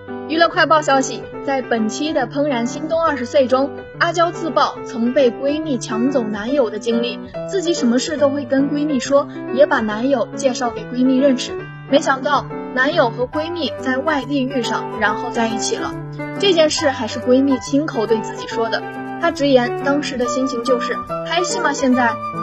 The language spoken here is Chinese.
娱乐快报消息，在本期的《怦然心动20岁》中，阿娇自曝曾被闺蜜抢走男友的经历，自己什么事都会跟闺蜜说，也把男友介绍给闺蜜认识。没想到男友和闺蜜在外地遇上，然后在一起了。这件事还是闺蜜亲口对自己说的，她直言当时的心情就是拍戏吗？现在